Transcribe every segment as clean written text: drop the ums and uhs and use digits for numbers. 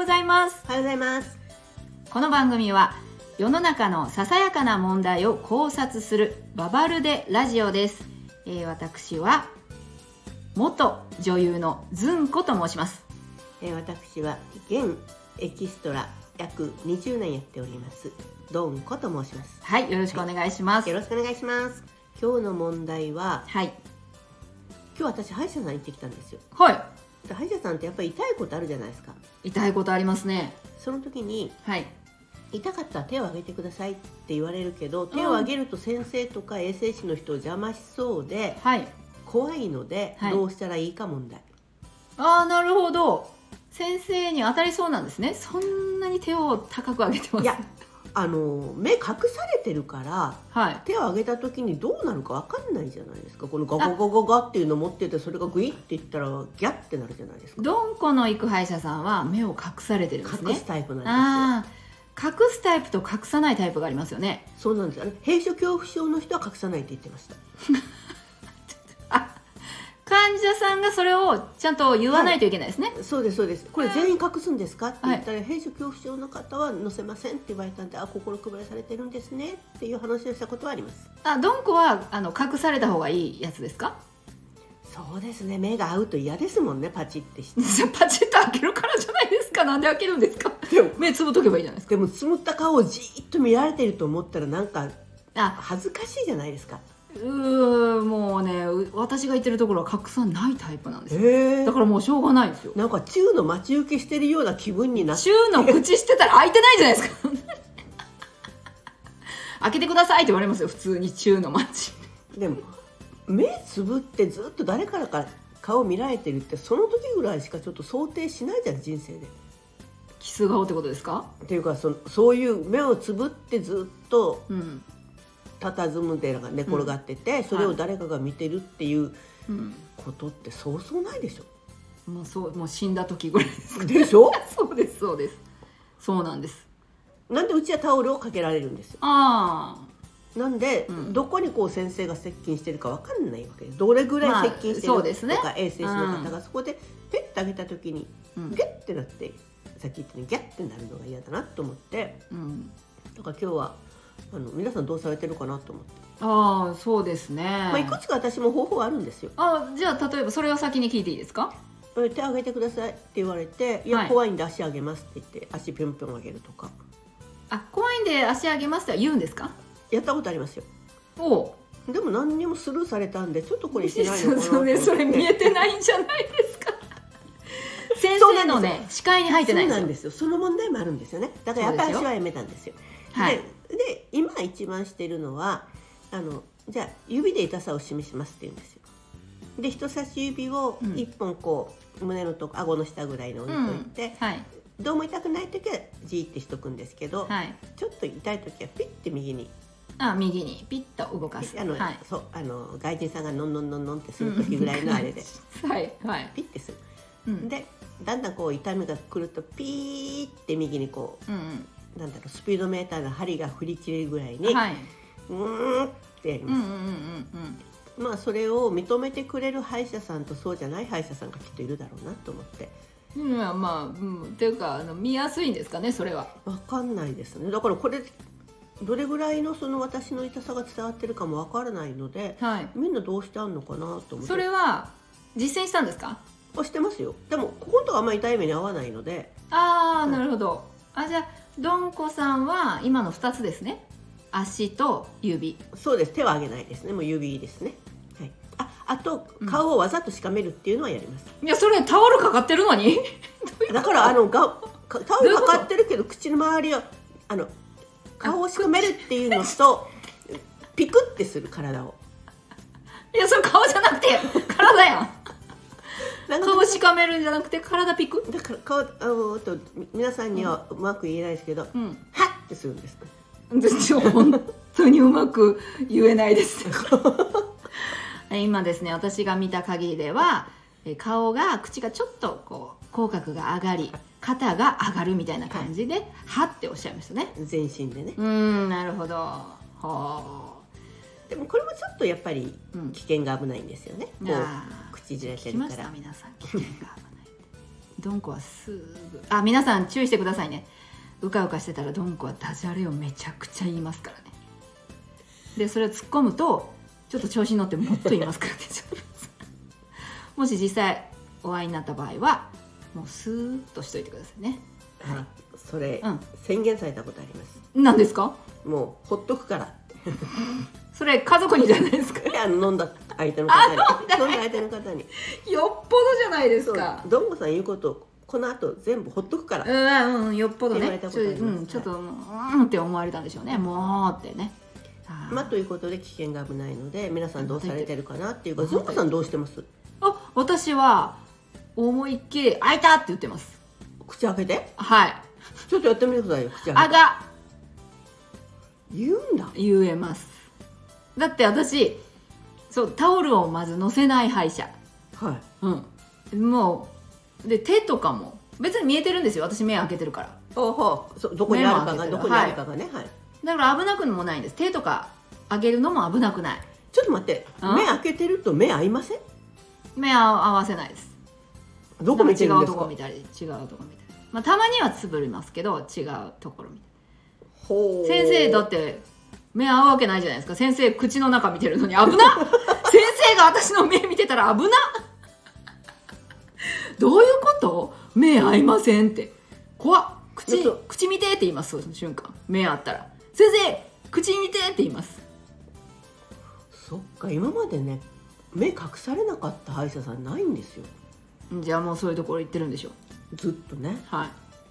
ございます。 おはようございます。 この番組は世の中のささやかな問題を考察するババルデラジオです。私は元女優のずんこと申します。 私は現エキストラ約20年やっておりますドンコと申します。 はい、よろしくお願いします。 よろしくお願いします。今日の問題は、 はい、 今日私歯医者さん行ってきたんですよ。 はい。 歯医者さんってやっぱり痛いことあるじゃないですか。 痛いことありますね。 その時に、 はい、 痛かったら手を挙げてくださいって言われるけど、手を挙げると先生とか衛生士の人を邪魔しそうで、 はい、 怖いので、 はい、どうしたらいいか問題。 ああ、なるほど。先生に当たりそうなんですね。そんなに手を高く上げてます。 いや、目隠されてるから、 はい、 手を上げた時にどうなるか分かんないじゃないですか。このガガガガガっていうのを持ってて、それがグイっていったらギャッてなるじゃないですか。 ドンコの行く歯医者さんは目を隠されてるんですね。 隠すタイプなんですよ。隠すタイプと隠さないタイプがありますよね。 そうなんです。閉所恐怖症の人は隠さないって言ってました。 患者さんがそれをちゃんと言わないといけないですね。 はい、そうですそうです。これ全員隠すんですかって言ったら、 はい、 閉所恐怖症の方は載せませんって言われたんで、心配らされてるんですねっていう話をしたことはあります。 ドンコは隠された方がいいやつですか？ そうですね。目が合うと嫌ですもんね。パチってしてパチッと開けるからじゃないですか。なんで開けるんですか？でも目つぶっとけばいいじゃないですか。 でもつむった顔をじーっと見られてると思ったらなんか恥ずかしいじゃないですか。 もうね、私が言ってるところは隠さないタイプなんですよ。だからもうしょうがないですよ。 なんか中の待ち受けしてるような気分になって、 中の口してたら開いてないじゃないですか。開けてくださいって言われますよ、普通に中の待ち。 でも目つぶってずっと誰からか顔見られてるって、その時ぐらいしかちょっと想定しないじゃん、人生で。 キス顔ってことですか？ っていうか、そういう目をつぶってずっと、佇むで寝転がってて、それを誰かが見てるっていうことってそうそうないでしょ。 もう死んだ時ぐらいですか。 でしょ？ そうですそうです。そうなんです。 なんでうちはタオルをかけられるんですよ。なんで、どこにこう先生が接近してるか分かんないわけです。どれぐらい接近してるとか、衛生士の方がそこでペッてあげた時にギュッてなって、さっき言ったようにギャッてなるのが嫌だなと思って、だから今日は皆さんどうされてるかなと思って。 そうですね。 いくつか私も方法あるんですよ。 じゃあ例えばそれを先に聞いていいですか？ 手上げてくださいって言われて、いや、怖いんで足上げますって言って足ぴょんぴょん上げるとか。 怖いんで足上げますって言うんですか？ やったことありますよ。でも何にもスルーされたんで、ちょっとこれいけないのかなと思って。 それ見えてないんじゃないですか？先生のね、視界に入ってないんですよ。そうなんですよ。 その問題もあるんですよね。だからやっぱり足はやめたんですよ。で今一番してるのは、じゃあ指で痛さを示しますって言うんですよ。で人差し指を1本こう、胸のとこ、顎の下ぐらいに置いといて、どうも痛くない時はじーってしとくんですけど、ちょっと痛い時はピッて右にピッと動かす。 外人さんがノンノンノンノンってする時ぐらいのあれでピッてする。でだんだんこう痛みが来るとピーって右にこう、なんだろう、スピードメーターの針が振り切れるぐらいに、ってやります。それを認めてくれる歯医者さんとそうじゃない歯医者さんがきっといるだろうなと思って。 っていうか見やすいんですかね、それは。 分かんないですね。だからこれどれぐらいの私の痛さが伝わってるかも分からないので、みんなどうしてあんのかなと思って。 それは実践したんですか？ してますよ。でもここのとこあんまり痛い目に合わないので。 なるほど。じゃあドンコさんは今の2つですね。足と指。 そうです。手は上げないですね。もう指ですね。あと顔をわざとしかめるっていうのはやります。 いや、それタオルかかってるのにだからタオルかかってるけど口の周りを顔をしかめるっていうのとピクってする体を。 いや、それ顔じゃなくて体やん。顔しかめるんじゃなくて体ピク。 だから皆さんにはうまく言えないですけど、はっってするんです。 本当にうまく言えないです今ですね、私が見た限りでは口がちょっとこう口角が上がり、肩が上がるみたいな感じで、はっておっしゃいましたね。 全身でね。 なるほど。 でもこれもちょっとやっぱり危険が危ないんですよね。こう口じらせるから。 聞きました皆さん、危険が危ない。 どんこはすぐ、皆さん注意してくださいね。うかうかしてたらどんこはダジャレをめちゃくちゃ言いますからね。でそれを突っ込むとちょっと調子に乗ってもっと言いますからねもし実際お会いになった場合はもうスーッとしといてくださいね。 はい、それ、宣言されたことあります。 何ですか？ もうほっとくからってそれ家族にじゃないですか？ いや、飲んだ相手の方に飲んだ相手の方によっぽどじゃないですか。 どんこさん言うことこの後全部ほっとくからよっぽどね、ちょっとって思われたんでしょうね。もうってね。 ということで危険が危ないので皆さんどうされてるかなっていうか、どんこさんどうしてます？ 私は思いっきり開いたって言ってます。 口開けて？ はい。 ちょっとやってみてくださいよ。口開けて。言うんだ。 言えます。だって私タオルをまず乗せない歯医者。 はい。 もうで手とかも別に見えてるんですよ。私目開けてるから。 どこにあるかがね。はい。 だから危なくもないんです。手とか上げるのも危なくない。 ちょっと待って、目開けてると目合いません？ 目合わせないです。 どこ見てるんですか？ 違うとこ見たり、違うとこ見たり。たまにはつぶりますけど違うところ見たり。先生だって目合うわけないじゃないですか。先生口の中見てるのに危な先生が私の目見てたら危などういうこと？目合いませんって怖っ。口見てって言います。その瞬間目合ったら先生口見てって言います。 そっか、今までね目隠されなかった歯医者さんないんですよ。 じゃあもうそういうところ行ってるんでしょずっとね。 はい。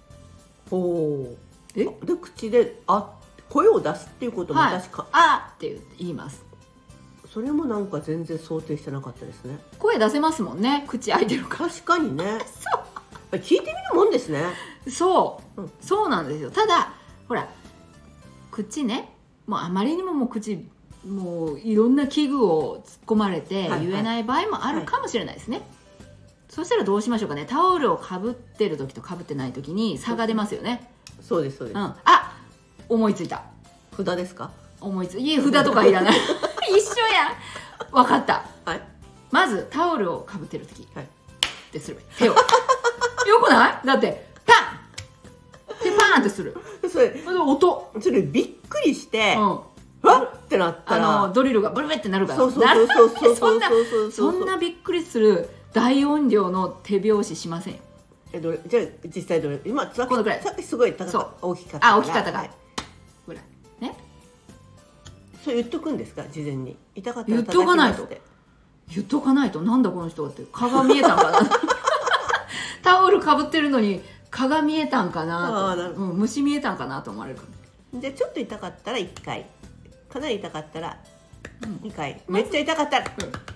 で口で声を出すっていうことも確か、 って言います。 それもなんか全然想定してなかったですね。 声出せますもんね、口開いてるから。 確かにねそう聞いてみるもんですね。 そうなんですよ。ただほら口ね、もうあまりにももう口もういろんな器具を突っ込まれて言えない場合もあるかもしれないですね。そしたらどうしましょうかね。タオルをかぶってる時とかぶってない時に差が出ますよね。 そうです。 思いついた。 札ですか？ いえ、札とかいらない一緒やん。分かった、まずタオルをかぶってる時ってする手をよくない？だってパン手パーンってする。それびっくりしてわっってなったらドリルがブルブルってなるから。そんなびっくりする大音量の手拍子しませんよ。 じゃあ実際どれ？今さっきすごい大きかったから。大きかったからぐらいね。 それ言っとくんですか？事前に痛かったら言っとかないと。言っとかないと。なんだこの人って蚊が見えたんかなタオルかぶってるのに蚊が見えたんかなと、虫見えたんかなと思われるから。 じゃあちょっと痛かったら1回、かなり痛かったら2回、めっちゃ痛かったら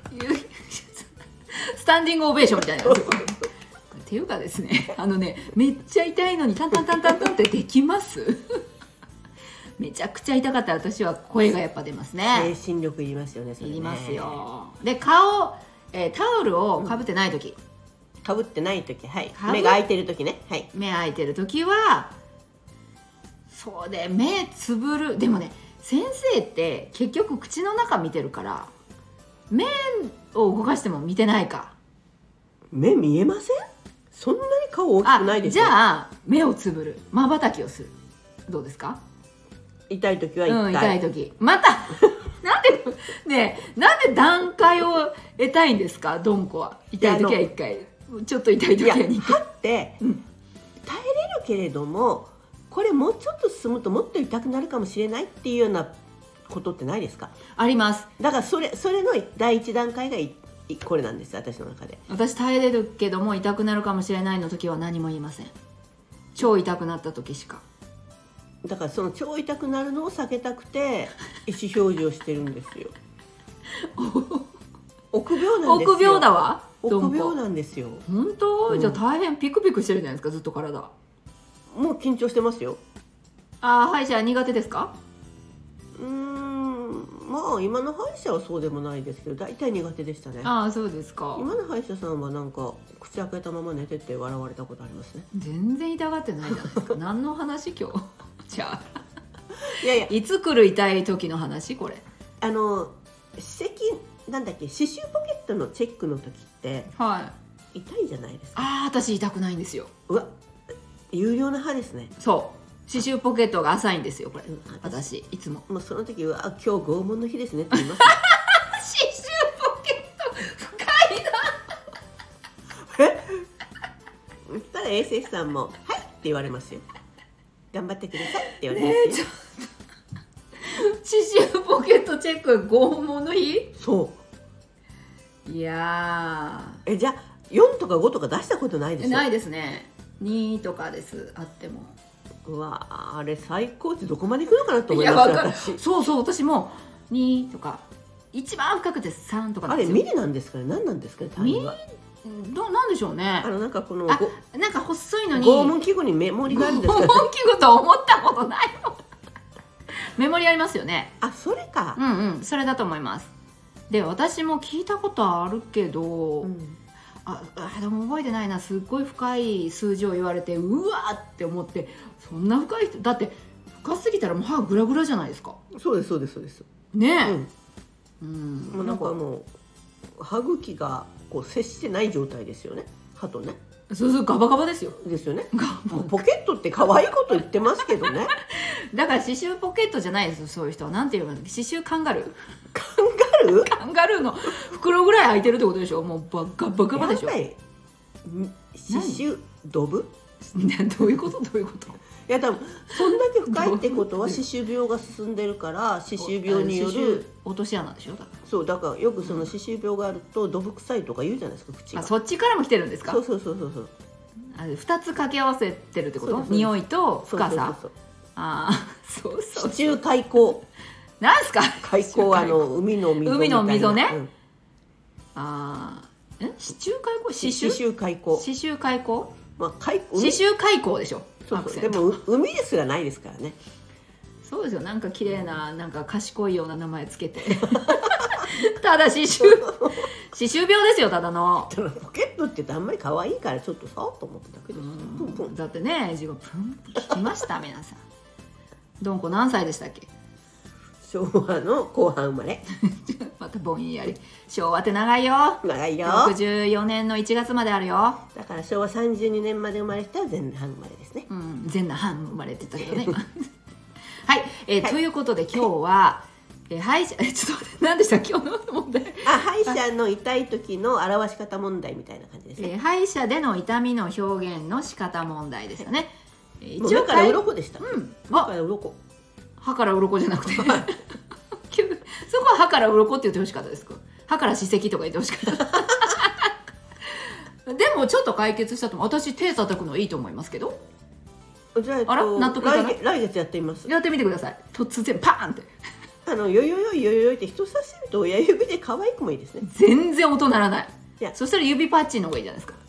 スタンディングオベーションみたいなっていうかですね、めっちゃ痛いのにタンタンタンタンタンってできますめちゃくちゃ痛かったら私は声がやっぱ出ますね。 精神力いりますよね。 いりますよ。でタオルをかぶってない時、 かぶってない時、目が開いてる時ね。 目開いてる時はそうで目つぶる。でもね、先生って結局口の中見てるから目を動かしても見てないか。 目見えません？そんなに顔大きくないでしょ。 じゃあ目をつぶる、まばたきをする。どうですか？ 痛い時は1回、 痛い時またなんで段階を得たいんですか？どんこは痛い時は1回、ちょっと痛い時は2回。 歯って耐えれるけれども、これもうちょっと進むともっと痛くなるかもしれないっていうようなことってないですか？ あります。 だからそれの第一段階がこれなんです、私の中で。 私耐えれるけども痛くなるかもしれないの時は何も言いません。超痛くなった時しか。 だからその超痛くなるのを避けたくて意思表示をしてるんですよ臆病なんですよ。 臆病だわ。 臆病なんですよ。 本当？じゃあ大変ピクピクしてるじゃないですか、ずっと体。 もう緊張してますよ。 歯医者苦手ですか？ まあ今の歯医者はそうでもないですけど、大体苦手でしたね。 そうですか。 今の歯医者さんはなんか口開けたまま寝てて笑われたことありますね。 全然痛がってないじゃないですか何の話今日じゃあいつ来る痛い時の話これ。 なんだっけ、歯周ポケットのチェックの時って、 痛いじゃないですか。 私痛くないんですよ。 うわ、有料な歯ですね。 そう刺繍ポケットが浅いんですよこれ、私いつも。 もうその時は今日拷問の日ですねって言います刺繍ポケット深いなそしたら衛生士さんも「はい」って言われますよ。頑張ってくださいって言われますよ。 刺繍ポケットチェック拷問の日。 そう。 いやじゃあ4とか5とか出したことないですよ。 ないですね。2とかですあっても。 うわ、あれ最高ってどこまで行くのかなと思います。 そうそう、私も2とか一番深くて3とかなんですよ。 あれミリなんですかね、何なんですかね、単位は。 なんでしょうね。 なんかこのなんか細いのに拷問器具にメモリがあるんですかね。 拷問器具と思ったことないもん。メモリありますよね。 それか。 それだと思います。で私も聞いたことあるけど、でも覚えてないな。すっごい深い数字を言われてうわーって思って、そんな深い人だって深すぎたらもう歯グラグラじゃないですか。 そうですそうですそうですねえ。 もうなんかもう歯茎がこう接してない状態ですよね、歯とね。 そうガバガバですよ。 ですよね。ポケットって可愛いこと言ってますけどね。 だから刺繍ポケットじゃないですよ、そういう人は。なんていうの、刺繍カンガルー。カンガルーの袋ぐらい開いてるってことでしょ。もうバカバカでしょ。 刺繍ドブ？ どういうことどういうこと？ いや多分そんだけ深いってことは歯周病が進んでるから、歯周病による落とし穴でしょ。 そうだからよくその歯周病があるとドブ臭いとか言うじゃないですか、口が。 そっちからも来てるんですか？ そう。 2つ掛け合わせてるってこと？匂いと深さ。そう歯周開口。 なんすか？ 開口は海の溝みたいな。 海の溝ね。歯周開口？ 歯周開口。 歯周開口？ 歯周開口でしょ。 でも海ですらないですからね。 そうですよ。なんか綺麗な、なんか賢いような名前つけてただ歯周病ですよ、ただの。 ポケットってあんまり可愛いからちょっとさと思っただけです。 だってね、自分プン聞きました皆さん。どんこ何歳でしたっけ？ 昭和の後半生まれ。 またぼんやり。昭和って長いよ。 長いよ。 64年の1月まであるよ。 だから昭和32年まで生まれたら前半生まれですね。 前半生まれてたけどね今。はい、ということで今日は、歯医者ちょっと待って、何でした今日の問題。 歯医者の痛い時の表し方問題みたいな感じですね。 歯医者での痛みの表現の仕方問題ですよね。 一応目から鱗でした。目から鱗。歯から鱗じゃなくてそこは歯から鱗って言ってほしかったですか？歯から歯石とか言ってほしかったでもちょっと解決したと思う。私手叩くのいいと思いますけど。 じゃあ納得いかない？来月やってみます。 やってみてください。突然パーンってよよよって人差し指と親指で可愛くもいいですね。 全然音鳴らない。そしたら指パッチンの方がいいじゃないですか。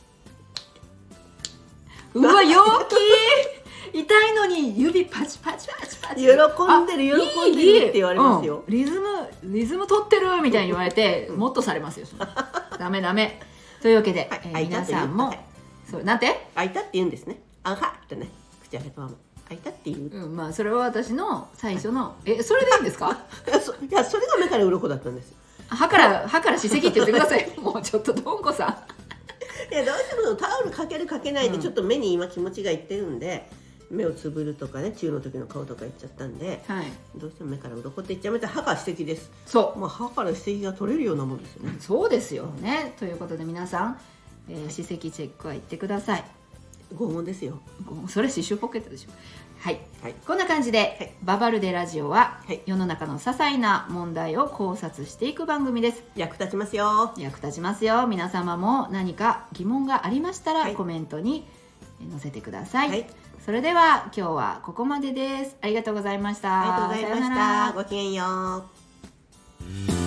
うわ陽気痛いのに指パチパチパチパチ。喜んでるって言われますよ。 リズム取ってるみたいに言われてもっとされますよ。ダメ。というわけで皆さんもそうなんて開いたって言うんですね。あはってね、口開けたまま開いたっていう。 それは私の最初のそれでいいんですか？ いやそれが目から鱗だったんです。 歯から歯石って言ってください。もうちょっとどんこさん。 いやどうしてもタオルかけるかけないでちょっと目に今気持ちがいってるんで、目をつぶるとかね、中の時の顔とか言っちゃったんで、どうしても目から鱗って言っちゃうと歯から歯石です。 そう、 歯から歯石が取れるようなもんですよね。 そうですよね。ということで皆さん、歯石チェックは言ってください。 拷問ですよ。 それ歯周ポケットでしょ。はい、こんな感じで、ババルデラジオは、世の中の些細な問題を考察していく番組です。 役立ちますよ。 皆様も何か疑問がありましたら、コメントに載せてください。それでは今日はここまでです。ありがとうございました。 ありがとうございました。ごきげんよう。